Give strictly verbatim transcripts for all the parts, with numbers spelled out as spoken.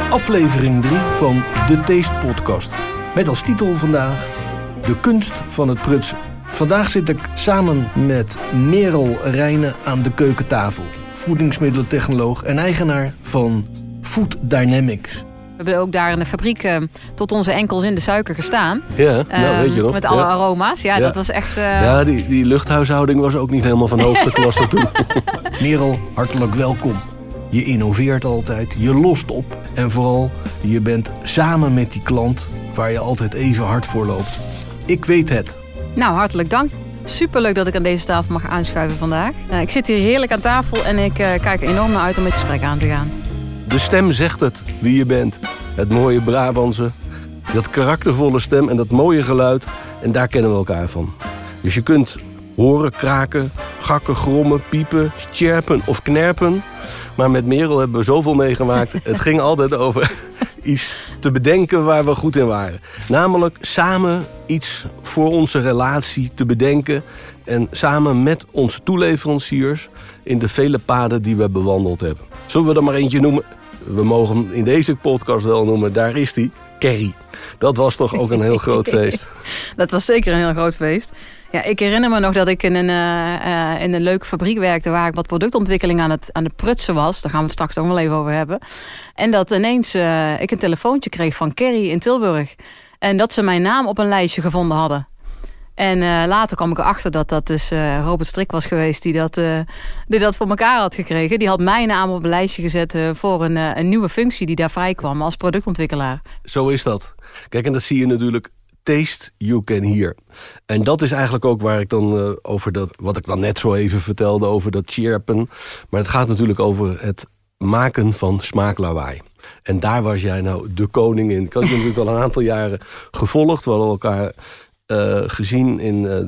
Aflevering drie van de Taste Podcast. Met als titel vandaag De kunst van het prutsen. Vandaag zit ik samen met Merel Rijnen aan de keukentafel. Voedingsmiddelentechnoloog en eigenaar van Food Dynamics. We hebben ook daar in de fabriek uh, tot onze enkels in de suiker gestaan. Ja, nou, uh, weet je nog. Met alle ja. aroma's. Ja, ja, dat was echt... Uh... Ja, die, die luchthuishouding was ook niet helemaal van hoogte klasse toen. Merel, hartelijk welkom. Je innoveert altijd, je lost op. En vooral, je bent samen met die klant waar je altijd even hard voor loopt. Ik weet het. Nou, hartelijk dank. Superleuk dat ik aan deze tafel mag aanschuiven vandaag. Uh, ik zit hier heerlijk aan tafel en ik uh, kijk er enorm naar uit om het gesprek aan te gaan. De stem zegt het, wie je bent. Het mooie Brabantse, dat karaktervolle stem en dat mooie geluid. En daar kennen we elkaar van. Dus je kunt horen, kraken, gakken, grommen, piepen, tjerpen of knerpen. Maar met Merel hebben we zoveel meegemaakt. Het ging altijd over iets te bedenken waar we goed in waren. Namelijk samen iets voor onze relatie te bedenken. En samen met onze toeleveranciers in de vele paden die we bewandeld hebben. Zullen we er maar eentje noemen? We mogen hem in deze podcast wel noemen. Daar is hij. Kerry. Dat was toch ook een heel groot feest? Dat was zeker een heel groot feest. Ja, ik herinner me nog dat ik in een, uh, uh, in een leuke fabriek werkte waar ik wat productontwikkeling aan het, aan het prutsen was. Daar gaan we het straks ook wel even over hebben. En dat ineens uh, ik een telefoontje kreeg van Kerry in Tilburg. En dat ze mijn naam op een lijstje gevonden hadden. En uh, later kwam ik erachter dat dat dus uh, Robert Strik was geweest die dat, uh, die dat voor elkaar had gekregen. Die had mijn naam op een lijstje gezet uh, voor een, uh, een nieuwe functie die daar vrij kwam als productontwikkelaar. Zo is dat. Kijk, en dat zie je natuurlijk. Taste, you can hear. En dat is eigenlijk ook waar ik dan uh, over dat, wat ik dan net zo even vertelde over dat chirpen. Maar het gaat natuurlijk over het maken van smaaklawaai. En daar was jij nou de koning in. Ik had je natuurlijk al een aantal jaren gevolgd. We hadden elkaar uh, gezien in uh,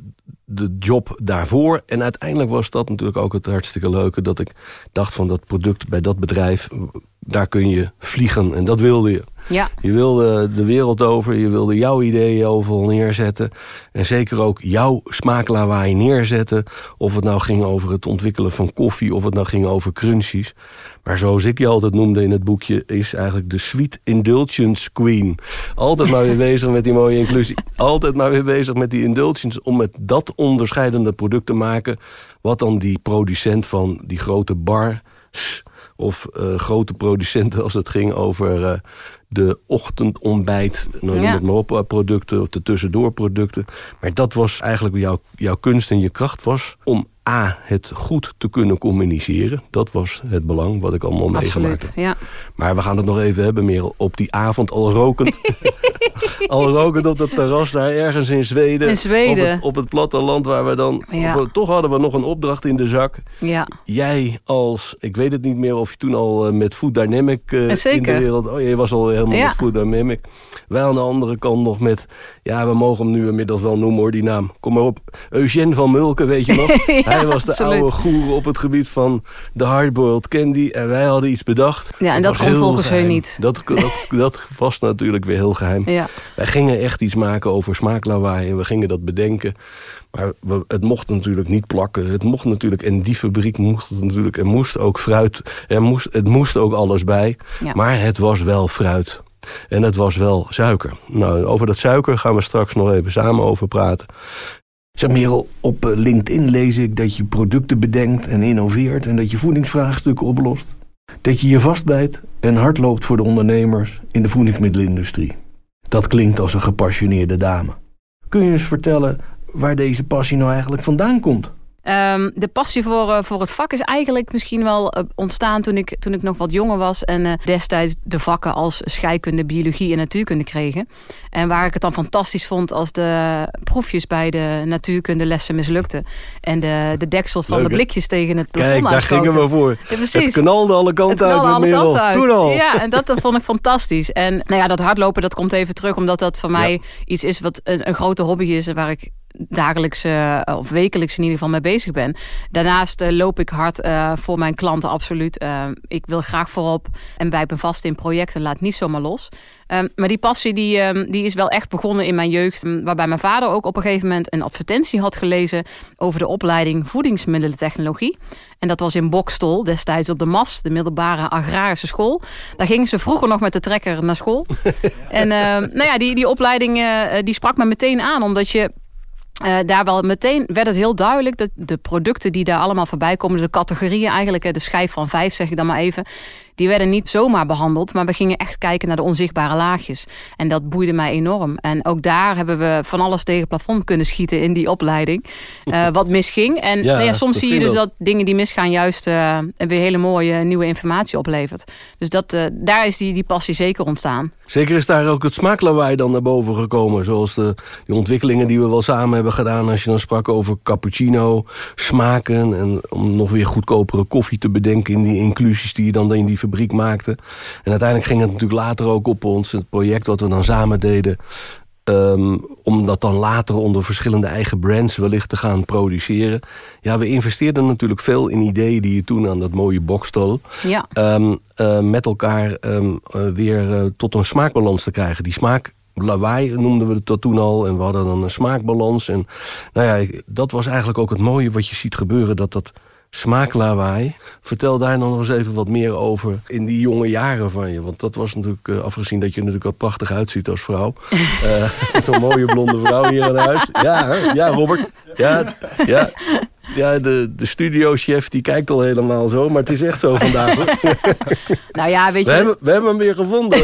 de job daarvoor. En uiteindelijk was dat natuurlijk ook het hartstikke leuke. Dat ik dacht van dat product bij dat bedrijf, daar kun je vliegen. En dat wilde je. Ja. Je wilde de wereld over, je wilde jouw ideeën overal neerzetten. En zeker ook jouw smaaklawaai neerzetten. Of het nou ging over het ontwikkelen van koffie, of het nou ging over crunchies. Maar zoals ik je altijd noemde in het boekje, is eigenlijk de Sweet Indulgence Queen. Altijd maar weer bezig met die mooie inclusie. Altijd maar weer bezig met die indulgence om met dat onderscheidende product te maken. Wat dan die producent van die grote bar of uh, grote producenten als het ging over uh, de ochtendontbijt, nou, noem ja. het maar op, producten of de tussendoorproducten. Maar dat was eigenlijk jouw, jouw kunst en je kracht was om A, het goed te kunnen communiceren. Dat was het belang wat ik allemaal Absoluut, meegemaakt heb. Ja. Maar we gaan het nog even hebben, Merel. Op die avond al rokend. al rokend op dat terras daar ergens in Zweden. In Zweden. Op het, op het platteland waar we dan... Ja. Op, toch hadden we nog een opdracht in de zak. Ja. Jij als... Ik weet het niet meer of je toen al uh, met Food Dynamic uh, in de wereld... Oh, je was al helemaal ja. met Food Dynamic. Wij aan de andere kant nog met... Ja, we mogen hem nu inmiddels wel noemen hoor, die naam. Kom maar op. Eugène van Mulken, weet je nog? ja, Hij was de absoluut. oude goer op het gebied van de hardboiled candy. En wij hadden iets bedacht. Ja, en dat kon volgens hun niet. Dat, dat, dat was natuurlijk weer heel geheim. Ja. Wij gingen echt iets maken over smaaklawaai. En we gingen dat bedenken. Maar we, het mocht natuurlijk niet plakken. Het mocht natuurlijk, en die fabriek mocht het natuurlijk. Er moest ook fruit. Er moest, het moest ook alles bij. Ja. Maar het was wel fruit. En het was wel suiker. Nou, over dat suiker gaan we straks nog even samen over praten. Zeg Merel, op LinkedIn lees ik dat je producten bedenkt en innoveert en dat je voedingsvraagstukken oplost. Dat je je vastbijt en hard loopt voor de ondernemers in de voedingsmiddelenindustrie. Dat klinkt als een gepassioneerde dame. Kun je eens vertellen waar deze passie nou eigenlijk vandaan komt? Um, de passie voor, uh, voor het vak is eigenlijk misschien wel uh, ontstaan toen ik, toen ik nog wat jonger was. En uh, destijds de vakken als scheikunde, biologie en natuurkunde kregen. En waar ik het dan fantastisch vond als de proefjes bij de natuurkundelessen mislukten. En de, de deksel van Leuk, de blikjes tegen het plafond Kijk, daar aanschoten. gingen we voor. Ja, precies. Het knalde alle kanten uit met Merel. Toen al. Ja, en dat, dat vond ik fantastisch. En nou ja, dat hardlopen, dat komt even terug. Omdat dat voor mij ja. iets is wat een, een grote hobby is. Waar ik dagelijks uh, of wekelijks in ieder geval mee bezig ben. Daarnaast uh, loop ik hard uh, voor mijn klanten, absoluut. Uh, ik wil graag voorop en bijt me vast in projecten, laat niet zomaar los. Um, maar die passie die, um, die is wel echt begonnen in mijn jeugd. Um, waarbij mijn vader ook op een gegeven moment een advertentie had gelezen over de opleiding voedingsmiddelentechnologie. En dat was in Boxtel, destijds op de M A S, de middelbare agrarische school. Daar gingen ze vroeger nog met de trekker naar school. en uh, nou ja, die, die opleiding uh, die sprak me meteen aan, omdat je Uh, daar wel meteen werd het heel duidelijk dat de producten die daar allemaal voorbij komen, de categorieën eigenlijk, de schijf van vijf zeg ik dan maar even, die werden niet zomaar behandeld, maar we gingen echt kijken naar de onzichtbare laagjes. En dat boeide mij enorm. En ook daar hebben we van alles tegen het plafond kunnen schieten in die opleiding. Uh, wat misging. En ja, nou ja, soms zie je dus dat dingen die misgaan juist uh, weer hele mooie nieuwe informatie oplevert. Dus dat, uh, daar is die, die passie zeker ontstaan. Zeker is daar ook het smaaklawaai dan naar boven gekomen. Zoals de, die ontwikkelingen die we wel samen hebben gedaan. Als je dan sprak over cappuccino, smaken. En om nog weer goedkopere koffie te bedenken in die inclusies die je dan in die fabriek maakte. En uiteindelijk ging het natuurlijk later ook op ons, het project wat we dan samen deden. Um, om dat dan later onder verschillende eigen brands wellicht te gaan produceren. Ja, we investeerden natuurlijk veel in ideeën die je toen aan dat mooie Boxtel. Ja. Um, uh, met elkaar um, uh, weer uh, tot een smaakbalans te krijgen. Die smaak lawaai noemden we het toen al. En we hadden dan een smaakbalans. En nou ja, dat was eigenlijk ook het mooie wat je ziet gebeuren. Dat dat smaaklawaai. Vertel daar dan nog eens even wat meer over in die jonge jaren van je. Want dat was natuurlijk, uh, afgezien dat je er natuurlijk wel prachtig uitziet als vrouw. Uh, Zo'n mooie blonde vrouw hier aan huis. Ja, hè? Ja, Robert. Ja, ja. Ja, de, de studiochef die kijkt al helemaal zo, maar het is echt zo vandaag. Nou ja, weet je... We hebben, we hebben hem weer gevonden.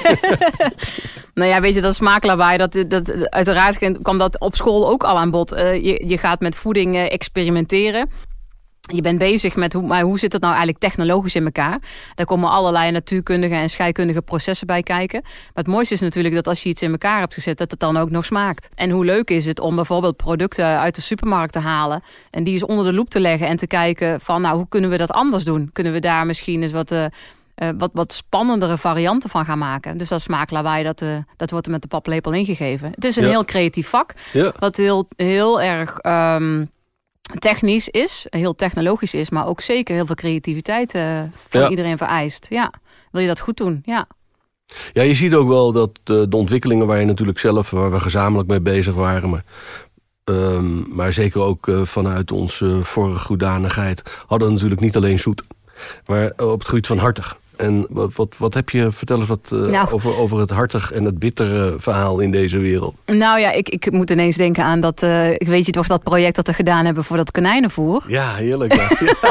Nou ja, weet je, dat smaaklawaai, dat, dat, uiteraard kwam dat op school ook al aan bod. Uh, je, je gaat met voeding uh, experimenteren. Je bent bezig met hoe, maar hoe zit het nou eigenlijk technologisch in elkaar. Daar komen allerlei natuurkundige en scheikundige processen bij kijken. Maar het mooiste is natuurlijk dat als je iets in elkaar hebt gezet, dat het dan ook nog smaakt. En hoe leuk is het om bijvoorbeeld producten uit de supermarkt te halen en die eens onder de loep te leggen en te kijken van, nou, hoe kunnen we dat anders doen? Kunnen we daar misschien eens wat... Uh, Uh, wat, wat spannendere varianten van gaan maken. Dus dat smaaklawaai, dat, uh, dat wordt er met de paplepel ingegeven. Het is een ja. heel creatief vak. Ja. Wat heel, heel erg um, technisch is. Heel technologisch is. Maar ook zeker heel veel creativiteit uh, van ja. iedereen vereist. Ja. Wil je dat goed doen? Ja. Ja, je ziet ook wel dat de, de ontwikkelingen waar je natuurlijk zelf, waar we gezamenlijk mee bezig waren, maar, um, maar zeker ook uh, vanuit onze vorige hoedanigheid, hadden we natuurlijk niet alleen zoet, maar op het gebied van hartig. En wat, wat, wat heb je, vertel eens wat uh, nou, over, over het hartig en het bittere verhaal in deze wereld. Nou ja, ik, ik moet ineens denken aan dat, uh, ik weet je toch dat project dat we gedaan hebben voor dat konijnenvoer. Ja, heerlijk. Ja.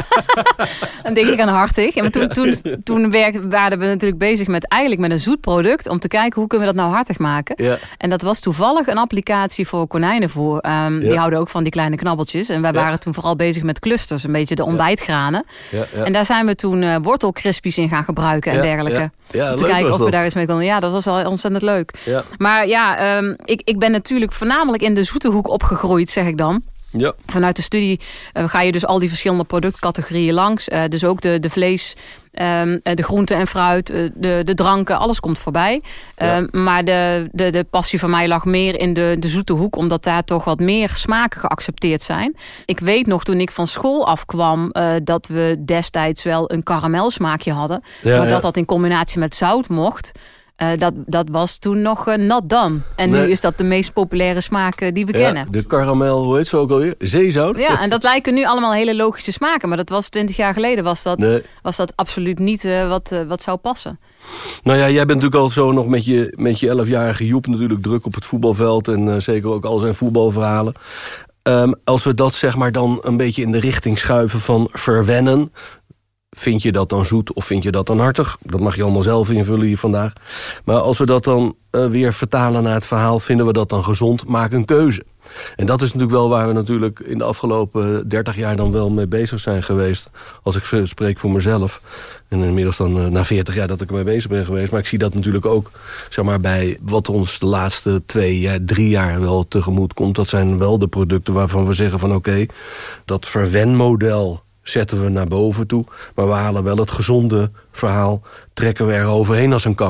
Dan denk ik aan hartig. En toen, toen, toen werk, waren we natuurlijk bezig met eigenlijk met een zoet product om te kijken hoe kunnen we dat nou hartig maken. Ja. En dat was toevallig een applicatie voor konijnenvoer. Um, ja. Die houden ook van die kleine knabbeltjes. En wij ja. waren toen vooral bezig met clusters, een beetje de ontbijtgranen. Ja. Ja, ja. En daar zijn we toen uh, wortelcrispies in gaan gebruiken. gebruiken en ja, dergelijke. Ja, ja, om te kijken of we daar eens mee konden. Ja, dat was al ontzettend leuk. Ja. Maar ja, um, ik, ik ben natuurlijk voornamelijk in de zoete hoek opgegroeid, zeg ik dan. Ja. Vanuit de studie uh, ga je dus al die verschillende productcategorieën langs. Uh, dus ook de, de vlees, um, de groenten en fruit, uh, de, de dranken, alles komt voorbij. Ja. Uh, maar de, de, de passie van mij lag meer in de, de zoete hoek, omdat daar toch wat meer smaken geaccepteerd zijn. Ik weet nog toen ik van school afkwam uh, dat we destijds wel een karamelsmaakje hadden. Ja, maar ja. dat dat in combinatie met zout mocht. Uh, dat, dat was toen nog uh, not done. En nee. nu is dat de meest populaire smaak uh, die we ja, kennen. De karamel, hoe heet ze ook alweer? Zeezout? Ja, en dat lijken nu allemaal hele logische smaken. Maar dat was twintig jaar geleden was dat, nee. was dat absoluut niet uh, wat, uh, wat zou passen. Nou ja, jij bent natuurlijk al zo nog met je, met je elfjarige Joep natuurlijk druk op het voetbalveld. En uh, zeker ook al zijn voetbalverhalen. Um, als we dat zeg maar dan een beetje in de richting schuiven van verwennen. Vind je dat dan zoet of vind je dat dan hartig? Dat mag je allemaal zelf invullen hier vandaag. Maar als we dat dan uh, weer vertalen naar het verhaal, vinden we dat dan gezond? Maak een keuze. En dat is natuurlijk wel waar we natuurlijk in de afgelopen dertig jaar dan wel mee bezig zijn geweest. Als ik spreek voor mezelf. En inmiddels dan uh, na veertig jaar dat ik ermee bezig ben geweest. Maar ik zie dat natuurlijk ook, zeg maar, bij wat ons de laatste twee, ja, drie jaar wel tegemoet komt. Dat zijn wel de producten waarvan we zeggen van oké, okay, dat verwenmodel zetten we naar boven toe. Maar we halen wel het gezonde verhaal, trekken we er overheen als een kapje.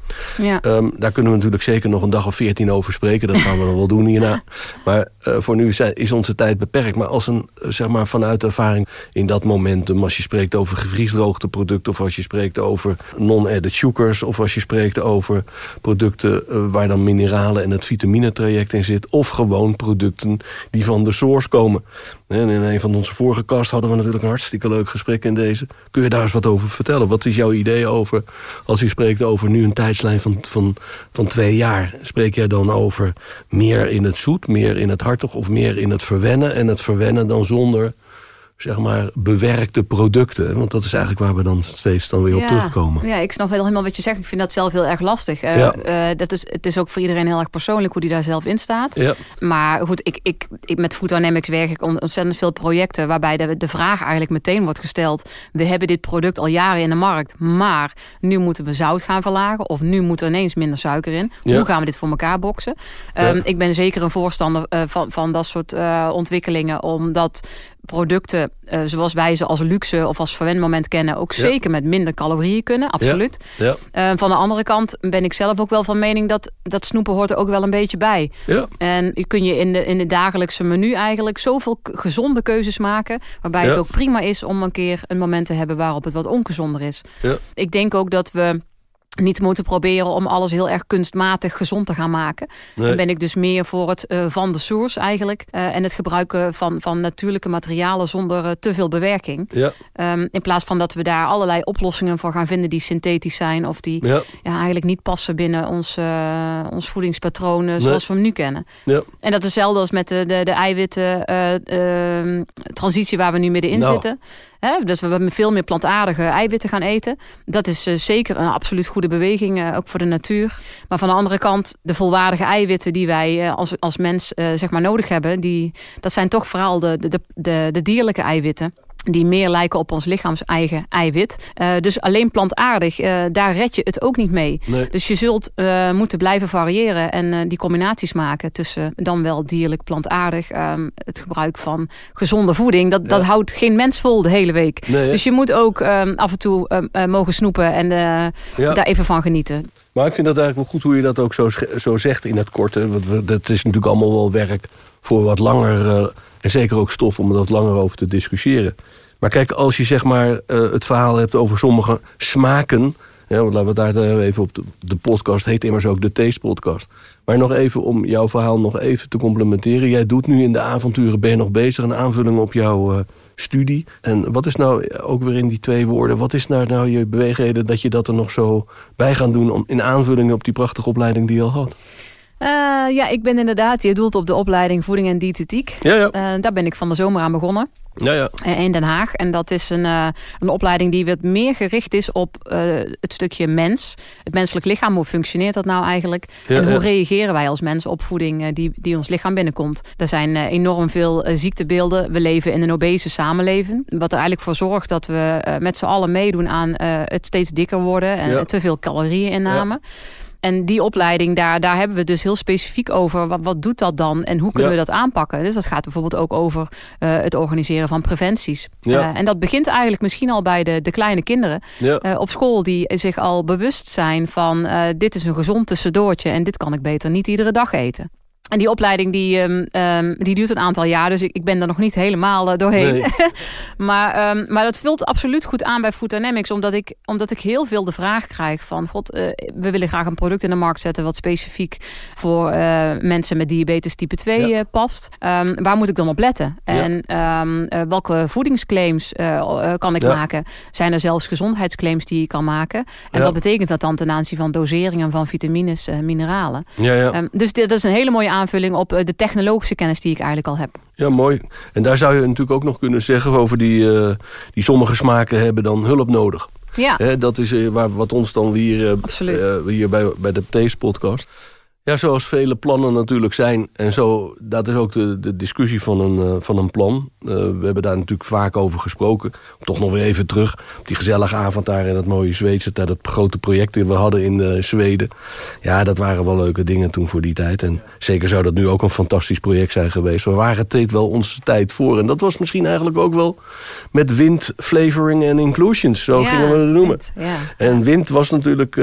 Ja. Um, daar kunnen we natuurlijk zeker nog een dag of veertien over spreken. Dat gaan we nog wel doen hierna. Maar uh, voor nu is onze tijd beperkt. Maar als een, zeg maar, vanuit ervaring in dat momentum, als je spreekt over gevriesdroogde producten, of als je spreekt over non-added sugars, of als je spreekt over producten uh, waar dan mineralen en het vitaminetraject in zit, of gewoon producten die van de source komen. En in een van onze vorige cast hadden we natuurlijk een hartstikke leuk gesprek in deze. Kun je daar eens wat over vertellen? Wat is jouw idee over, als je spreekt over nu een tijdslijn van, van, van twee jaar? Spreek jij dan over meer in het zoet, meer in het hartig of meer in het verwennen? En het verwennen dan zonder, zeg maar, bewerkte producten. Want dat is eigenlijk waar we dan steeds dan weer ja, op terugkomen. Ja, ik snap wel helemaal wat je zegt. Ik vind dat zelf heel erg lastig. Uh, ja. uh, dat is, het is ook voor iedereen heel erg persoonlijk hoe die daar zelf in staat. Ja. Maar goed, ik, ik, ik, met Food Dynamics werk ik ontzettend veel projecten waarbij de, de vraag eigenlijk meteen wordt gesteld. We hebben dit product al jaren in de markt, maar nu moeten we zout gaan verlagen of nu moet er ineens minder suiker in. Ja. Hoe gaan we dit voor elkaar boksen? Um, ja. Ik ben zeker een voorstander uh, van, van dat soort uh, ontwikkelingen, omdat producten uh, zoals wij ze als luxe of als verwendmoment kennen ook ja. zeker met minder calorieën kunnen, absoluut. Ja. Ja. Uh, van de andere kant ben ik zelf ook wel van mening dat, dat snoepen hoort er ook wel een beetje bij. Ja. En je kun je in de, in de dagelijkse menu eigenlijk zoveel k- gezonde keuzes maken, waarbij ja. het ook prima is om een keer een moment te hebben waarop het wat ongezonder is. Ja. Ik denk ook dat we niet moeten proberen om alles heel erg kunstmatig gezond te gaan maken. Nee. Dan ben ik dus meer voor het uh, van de source eigenlijk. Uh, en het gebruiken van, van natuurlijke materialen zonder uh, te veel bewerking. Ja. Um, in plaats van dat we daar allerlei oplossingen voor gaan vinden die synthetisch zijn. Of die ja. Ja, eigenlijk niet passen binnen ons, uh, ons voedingspatronen nee. zoals we hem nu kennen. Ja. En dat is hetzelfde als met de, de, de eiwitten uh, uh, transitie waar we nu middenin nou. zitten. He, dus we veel meer plantaardige eiwitten gaan eten. Dat is uh, zeker een absoluut goede beweging, uh, ook voor de natuur. Maar van de andere kant, de volwaardige eiwitten die wij uh, als, als mens uh, zeg maar nodig hebben, die, dat zijn toch vooral de, de, de, de dierlijke eiwitten, die meer lijken op ons lichaams eigen eiwit. Uh, dus alleen plantaardig, uh, daar red je het ook niet mee. Nee. Dus je zult uh, moeten blijven variëren en uh, die combinaties maken tussen dan wel dierlijk, plantaardig. Um, het gebruik van gezonde voeding, dat, ja. dat houdt geen mens vol de hele week. Nee, dus je moet ook um, af en toe um, uh, mogen snoepen en uh, ja. daar even van genieten. Maar ik vind dat eigenlijk wel goed hoe je dat ook zo, zo zegt in het korte. Want we, dat is natuurlijk allemaal wel werk voor wat langer, uh, en zeker ook stof om er wat langer over te discussiëren. Maar kijk, als je zeg maar uh, het verhaal hebt over sommige smaken, ja, want laten we het daar even op de, de podcast, heet immers ook de Taste Podcast. Maar nog even om jouw verhaal nog even te complementeren. Jij doet nu in de avonturen, ben je nog bezig, een aanvulling op jouw uh, studie. En wat is nou, ook weer in die twee woorden, wat is nou, nou je beweegreden dat je dat er nog zo bij gaat doen om, in aanvulling op die prachtige opleiding die je al had? Uh, ja, ik ben inderdaad, je doelt op de opleiding voeding en diëtetiek. Ja, ja. Uh, daar ben ik van de zomer aan begonnen. Ja, ja. In Den Haag. En dat is een, uh, een opleiding die wat meer gericht is op uh, het stukje mens. Het menselijk lichaam, hoe functioneert dat nou eigenlijk? Ja, en hoe ja. reageren wij als mens op voeding uh, die, die ons lichaam binnenkomt? Er zijn uh, enorm veel uh, ziektebeelden. We leven in een obese samenleving. Wat er eigenlijk voor zorgt dat we uh, met z'n allen meedoen aan uh, het steeds dikker worden. En ja. te veel calorieën innamen. Ja. En die opleiding, daar, daar hebben we dus heel specifiek over. Wat, wat doet dat dan en hoe kunnen ja. we dat aanpakken? Dus dat gaat bijvoorbeeld ook over uh, het organiseren van preventies. Ja. Uh, en dat begint eigenlijk misschien al bij de, de kleine kinderen ja. uh, op school, die zich al bewust zijn van uh, dit is een gezond tussendoortje en dit kan ik beter niet iedere dag eten. En die opleiding die, um, um, die duurt een aantal jaar. Dus ik, ik ben er nog niet helemaal uh, doorheen. Nee. maar, um, maar dat vult absoluut goed aan bij Food Dynamics. Omdat ik, omdat ik heel veel de vraag krijg van, God, uh, we willen graag een product in de markt zetten wat specifiek voor uh, mensen met diabetes type twee ja. uh, past. Um, waar moet ik dan op letten? Ja. En um, uh, welke voedingsclaims uh, uh, kan ik ja. maken? Zijn er zelfs gezondheidsclaims die ik kan maken? En ja. wat betekent dat dan ten aanzien van doseringen van vitamines, uh, mineralen? Ja, ja. Um, dus dit, dat is een hele mooie aanvulling op de technologische kennis die ik eigenlijk al heb. Ja, mooi. En daar zou je natuurlijk ook nog kunnen zeggen over die, uh, die sommige smaken hebben dan hulp nodig. Ja. He, dat is uh, waar, wat ons dan hier, uh, uh, hier bij, bij de Taste Podcast. Ja, zoals vele plannen natuurlijk zijn. En zo, dat is ook de, de discussie van een, uh, van een plan. Uh, we hebben daar natuurlijk vaak over gesproken. Toch nog weer even terug op die gezellige avond daar in dat mooie Zweedse, dat grote project dat we hadden in uh, Zweden. Ja, dat waren wel leuke dingen toen voor die tijd. En zeker zou dat nu ook een fantastisch project zijn geweest. We waren het wel onze tijd voor. En dat was misschien eigenlijk ook wel met wind, flavoring en inclusions. Zo ja, gingen we het noemen. Wind, ja. En wind was natuurlijk Uh,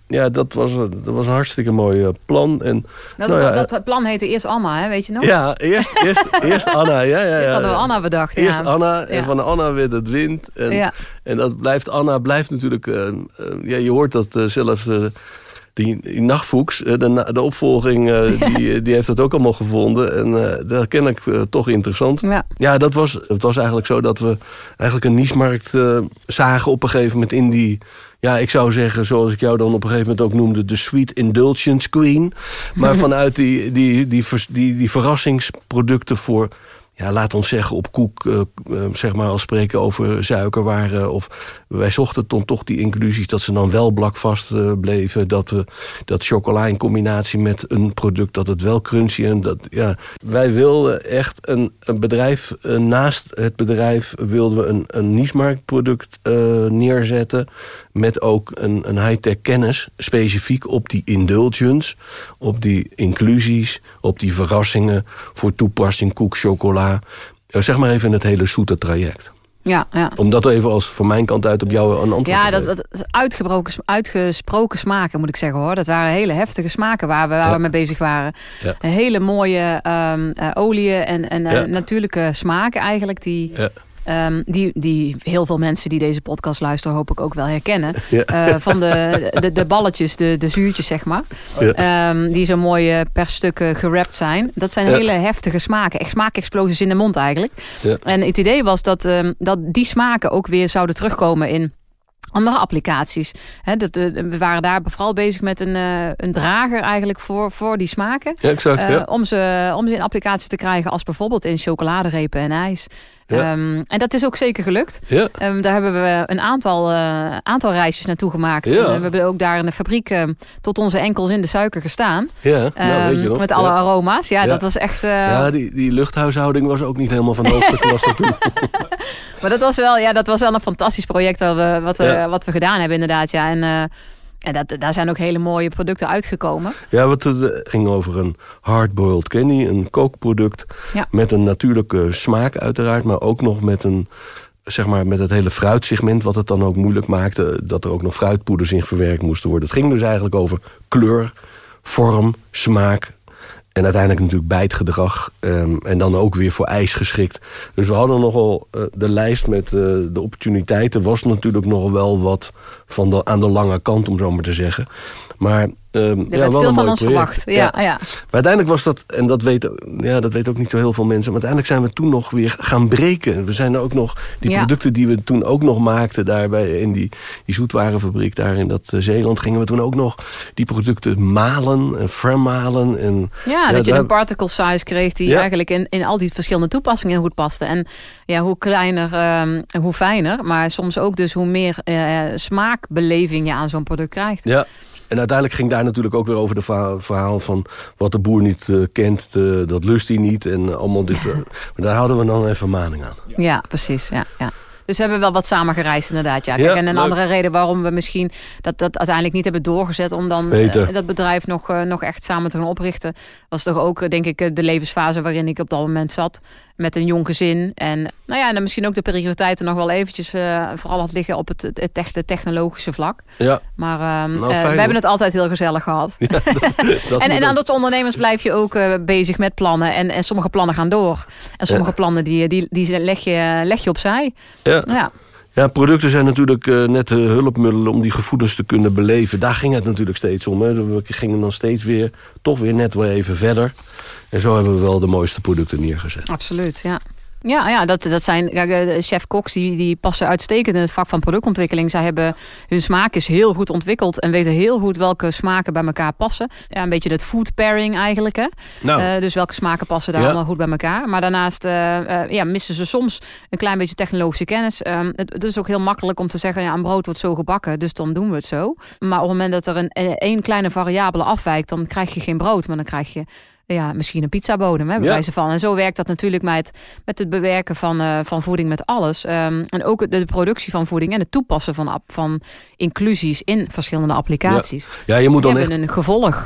ja, dat was, dat was een hartstikke mooi uh, plan. En, dat, nou ja, dat, dat plan heette eerst Anna, hè? Weet je nog? Ja, eerst, eerst, eerst Anna. Ja, ja, ja. Eerst hadden we Anna bedacht. Eerst ja. Anna en ja. van Anna werd het Wind. En, ja. en dat blijft, Anna blijft natuurlijk... Uh, uh, ja, je hoort dat uh, zelfs... Uh, Die, die Nachtfuchs, de, de opvolging, uh, ja. die, die heeft dat ook allemaal gevonden. En uh, dat ken ik uh, toch interessant. Ja, ja dat was, het was eigenlijk zo dat we eigenlijk een niche-markt uh, zagen op een gegeven moment in die... Ja, ik zou zeggen, zoals ik jou dan op een gegeven moment ook noemde... de Sweet Indulgence Queen. Maar vanuit die, die, die, die, die, die verrassingsproducten voor... Ja, laat ons zeggen, op koek, uh, uh, zeg maar, als spreken over suikerwaren. Of wij zochten dan toch die inclusies dat ze dan wel blakvast uh, bleven. Dat we dat chocola in combinatie met een product, dat het wel crunchy en dat, ja. Wij wilden echt een, een bedrijf, uh, naast het bedrijf wilden we een, een niche-marktproduct uh, neerzetten. Met ook een, een high-tech kennis, specifiek op die indulgence, op die inclusies, op die verrassingen voor toepassing, koek, chocola. Zeg maar even in het hele zoete traject. Ja, ja. Om dat even als van mijn kant uit op jou een antwoord ja, te geven. Ja, dat uitgebroken, uitgesproken smaken moet ik zeggen hoor. Dat waren hele heftige smaken waar we, waar ja. we mee bezig waren. Ja. Hele mooie um, uh, oliën en, en uh, ja. natuurlijke smaken eigenlijk die... Ja. Um, die, die heel veel mensen die deze podcast luisteren hoop ik ook wel herkennen. Ja. Uh, van de, de, de balletjes, de, de zuurtjes zeg maar. Ja. Um, die zo mooi uh, per stuk uh, gerapt zijn. Dat zijn ja. hele heftige smaken. Echt smaakexplosies in de mond eigenlijk. Ja. En het idee was dat, um, dat die smaken ook weer zouden terugkomen in... andere applicaties. He, dat, uh, we waren daar vooral bezig met een, uh, een drager eigenlijk voor, voor die smaken. Ja, exact, uh, ja. om, ze, om ze in applicaties te krijgen als bijvoorbeeld in chocoladerepen en ijs. Ja. Um, en dat is ook zeker gelukt. Ja. Um, daar hebben we een aantal, uh, aantal reisjes naartoe gemaakt. Ja. En we hebben ook daar in de fabriek uh, tot onze enkels in de suiker gestaan. Ja, nou, um, weet je nog. Met alle ja. aroma's. Ja, ja, dat was echt... Uh... Ja, die, die luchthuishouding was ook niet helemaal van de hoogste klasse toen. Maar dat was, wel, ja, dat was wel een fantastisch project wat we, wat we, ja. wat we gedaan hebben inderdaad. Ja. En... Uh, En dat, daar zijn ook hele mooie producten uitgekomen. Ja, het ging over een hard-boiled candy, een kookproduct. Ja. Met een natuurlijke smaak uiteraard, maar ook nog met een, zeg maar, met het hele fruitsegment, wat het dan ook moeilijk maakte, dat er ook nog fruitpoeders in verwerkt moesten worden. Het ging dus eigenlijk over kleur, vorm, smaak. En uiteindelijk natuurlijk bijtgedrag. Um, en dan ook weer voor ijs geschikt. Dus we hadden nogal uh, de lijst met uh, de opportuniteiten. Was natuurlijk nog wel wat van de, aan de lange kant, om zo maar te zeggen. Maar um, er ja, werd wel veel een van mooi ons project. verwacht. Ja, ja. Ja. Maar uiteindelijk was dat, en dat weet, ja, dat weet ook niet zo heel veel mensen. Maar uiteindelijk zijn we toen nog weer gaan breken. We zijn er ook nog, die ja. producten die we toen ook nog maakten, daarbij in die, die zoetwarenfabriek daar in dat uh, Zeeland, gingen we toen ook nog die producten malen en frammalen. En, ja, ja, dat je daar, een particle size kreeg die ja. eigenlijk in, in al die verschillende toepassingen goed paste. En ja, hoe kleiner, um, hoe fijner. Maar soms ook dus hoe meer uh, smaakbeleving je aan zo'n product krijgt. Ja. En uiteindelijk ging daar natuurlijk ook weer over de verhaal van wat de boer niet uh, kent, uh, dat lust hij niet en uh, allemaal dit. Uh, maar daar houden we dan even maning aan. Ja, ja precies. Ja, ja. Dus we hebben wel wat samen gereisd inderdaad. Ja. Kijk, ja, en een leuk. andere reden waarom we misschien dat, dat uiteindelijk niet hebben doorgezet om dan uh, dat bedrijf nog, uh, nog echt samen te gaan oprichten, was toch ook denk ik de levensfase waarin ik op dat moment zat. Met een jong gezin. En nou ja, en dan misschien ook de prioriteiten nog wel eventjes uh, vooral had liggen op het, het, het technologische vlak. Ja. Maar um, nou, uh, we hebben het altijd heel gezellig gehad. Ja, dat, dat en en aan dat ondernemers blijf je ook uh, bezig met plannen. En, en sommige plannen gaan door. En sommige ja. plannen die, die, die leg, je, leg je opzij. Ja. ja. Ja, producten zijn natuurlijk uh, net de hulpmiddelen om die gevoelens te kunnen beleven. Daar ging het natuurlijk steeds om. Hè. We gingen dan steeds weer, toch weer net weer even verder. En zo hebben we wel de mooiste producten neergezet. Absoluut, ja. Ja, ja dat, dat zijn ja, chef-koks die, die passen uitstekend in het vak van productontwikkeling. Zij hebben hun smaak is heel goed ontwikkeld en weten heel goed welke smaken bij elkaar passen. Ja, een beetje dat food pairing eigenlijk. Hè? Nou. Uh, dus welke smaken passen daar ja. allemaal goed bij elkaar. Maar daarnaast uh, uh, ja, missen ze soms een klein beetje technologische kennis. Um, het, het is ook heel makkelijk om te zeggen, ja, een brood wordt zo gebakken, dus dan doen we het zo. Maar op het moment dat er een één kleine variabele afwijkt, dan krijg je geen brood, maar dan krijg je ja, misschien een pizzabodem, hè, bij wijze van. En zo werkt dat natuurlijk met, met het bewerken van, uh, van voeding met alles. Um, en ook de, de productie van voeding en het toepassen van, van inclusies in verschillende applicaties. Ja, ja je moet dan die echt hebben een gevolg. Ja,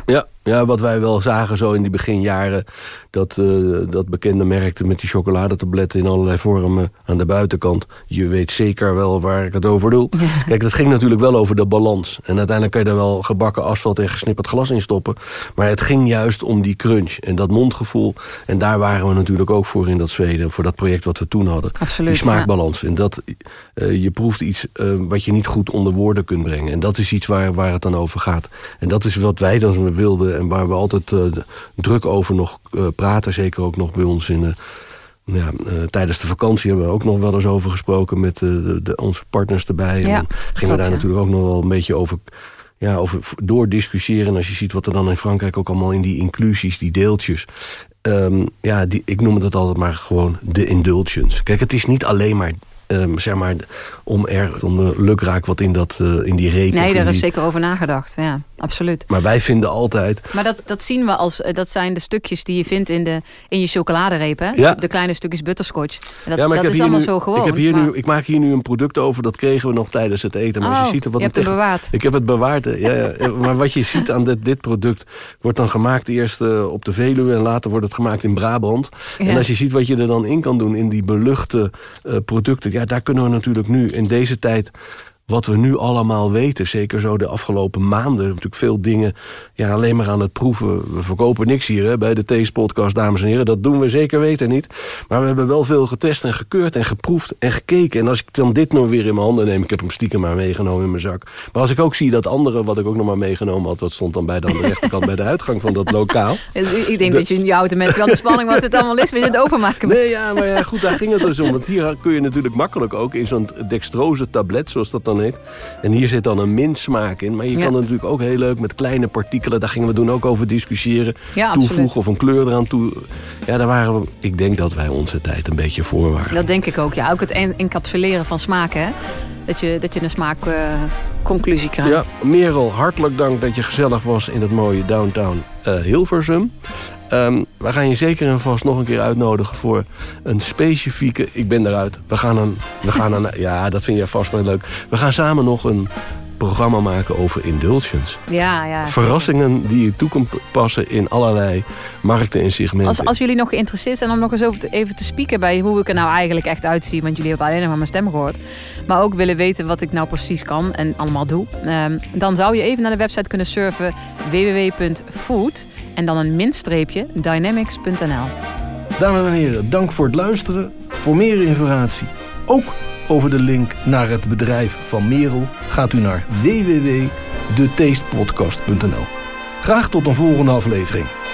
Ja, wat wij wel zagen zo in die beginjaren, dat, uh, dat bekende merkte met die chocoladetabletten in allerlei vormen aan de buitenkant. Je weet zeker wel waar ik het over doe. Ja. Kijk, dat ging natuurlijk wel over de balans. En uiteindelijk kan je er wel gebakken asfalt en gesnipperd glas in stoppen. Maar het ging juist om die crunch en dat mondgevoel. En daar waren we natuurlijk ook voor in dat Zweden, voor dat project wat we toen hadden. Absoluut, die smaakbalans. Ja. En dat, uh, je proeft iets uh, wat je niet goed onder woorden kunt brengen. En dat is iets waar, waar het dan over gaat. En dat is wat wij dan wilden en waar we altijd uh, druk over nog uh, praten. Zeker ook nog bij ons in... Uh, Ja, uh, tijdens de vakantie hebben we ook nog wel eens over gesproken met uh, de, de, onze partners erbij. Ja, en gingen we daar ja. natuurlijk ook nog wel een beetje over, ja, over doordiscussiëren. En als je ziet wat er dan in Frankrijk ook allemaal in die inclusies, die deeltjes. Um, ja, die, ik noem het altijd maar gewoon de indulgence. Kijk, het is niet alleen maar... Um, zeg maar, om er om de lukraak wat in, dat, uh, in die reep. Nee, daar die... is zeker over nagedacht. Ja, absoluut. Maar wij vinden altijd... Maar dat, dat zien we als... Dat zijn de stukjes die je vindt in, de, in je chocoladereep. Hè? Ja. De kleine stukjes butterscotch. En dat ja, maar dat is allemaal nu, zo gewoon. Ik, heb hier maar... nu, ik maak hier nu een product over. Dat kregen we nog tijdens het eten. Maar oh, als je ziet er wat je hebt het tegen... bewaard. Ik heb het bewaard. Ja, ja. Maar wat je ziet aan dit, dit product... wordt dan gemaakt eerst uh, op de Veluwe... en later wordt het gemaakt in Brabant. Ja. En als je ziet wat je er dan in kan doen... in die beluchte uh, producten... ja, daar kunnen we natuurlijk nu in deze tijd... wat we nu allemaal weten, zeker zo de afgelopen maanden... natuurlijk veel dingen ja, alleen maar aan het proeven. We verkopen niks hier hè, bij de Taste Podcast, dames en heren. Dat doen we zeker weten niet. Maar we hebben wel veel getest en gekeurd en geproefd en gekeken. En als ik dan dit nog weer in mijn handen neem... ik heb hem stiekem maar meegenomen in mijn zak. Maar als ik ook zie dat andere, wat ik ook nog maar meegenomen had... dat stond dan bij de, aan de rechterkant bij de uitgang van dat lokaal. Ik denk de, dat je in je auto mensen wel de spanning wat het allemaal is... wil je het openmaken. Nee, ja, maar ja, goed, daar ging het dus om. Want hier kun je natuurlijk makkelijk ook in zo'n dextrose tablet... zoals dat dan heet. En hier zit dan een mintsmaak in. Maar je ja. kan het natuurlijk ook heel leuk met kleine partikelen... daar gingen we toen ook over discussiëren. Ja, toevoegen absoluut. of een kleur eraan toe. Ja, daar waren we... Ik denk dat wij onze tijd een beetje voor waren. Dat denk ik ook, ja. Ook het encapsuleren van smaken, hè. Dat je, dat je een smaakconclusie uh, krijgt. Ja, Merel, hartelijk dank dat je gezellig was... in het mooie downtown uh, Hilversum. Um, we gaan je zeker en vast nog een keer uitnodigen voor een specifieke... Ik ben eruit. We gaan een... We gaan een ja, dat vind jij vast heel leuk. We gaan samen nog een programma maken over indulgence. Ja, ja. Verrassingen die je toe kunt passen in allerlei markten en segmenten. Als, als jullie nog geïnteresseerd zijn om nog eens over te, even te spieken... bij hoe ik er nou eigenlijk echt uitzie... want jullie hebben alleen nog maar mijn stem gehoord... maar ook willen weten wat ik nou precies kan en allemaal doe... Um, dan zou je even naar de website kunnen surfen... w w w punt food... en dan een minstreepje dynamics punt n l. Dames en heren, dank voor het luisteren. Voor meer informatie, ook over de link naar het bedrijf van Merel... gaat u naar w w w punt de taste podcast punt n l. Graag tot een volgende aflevering.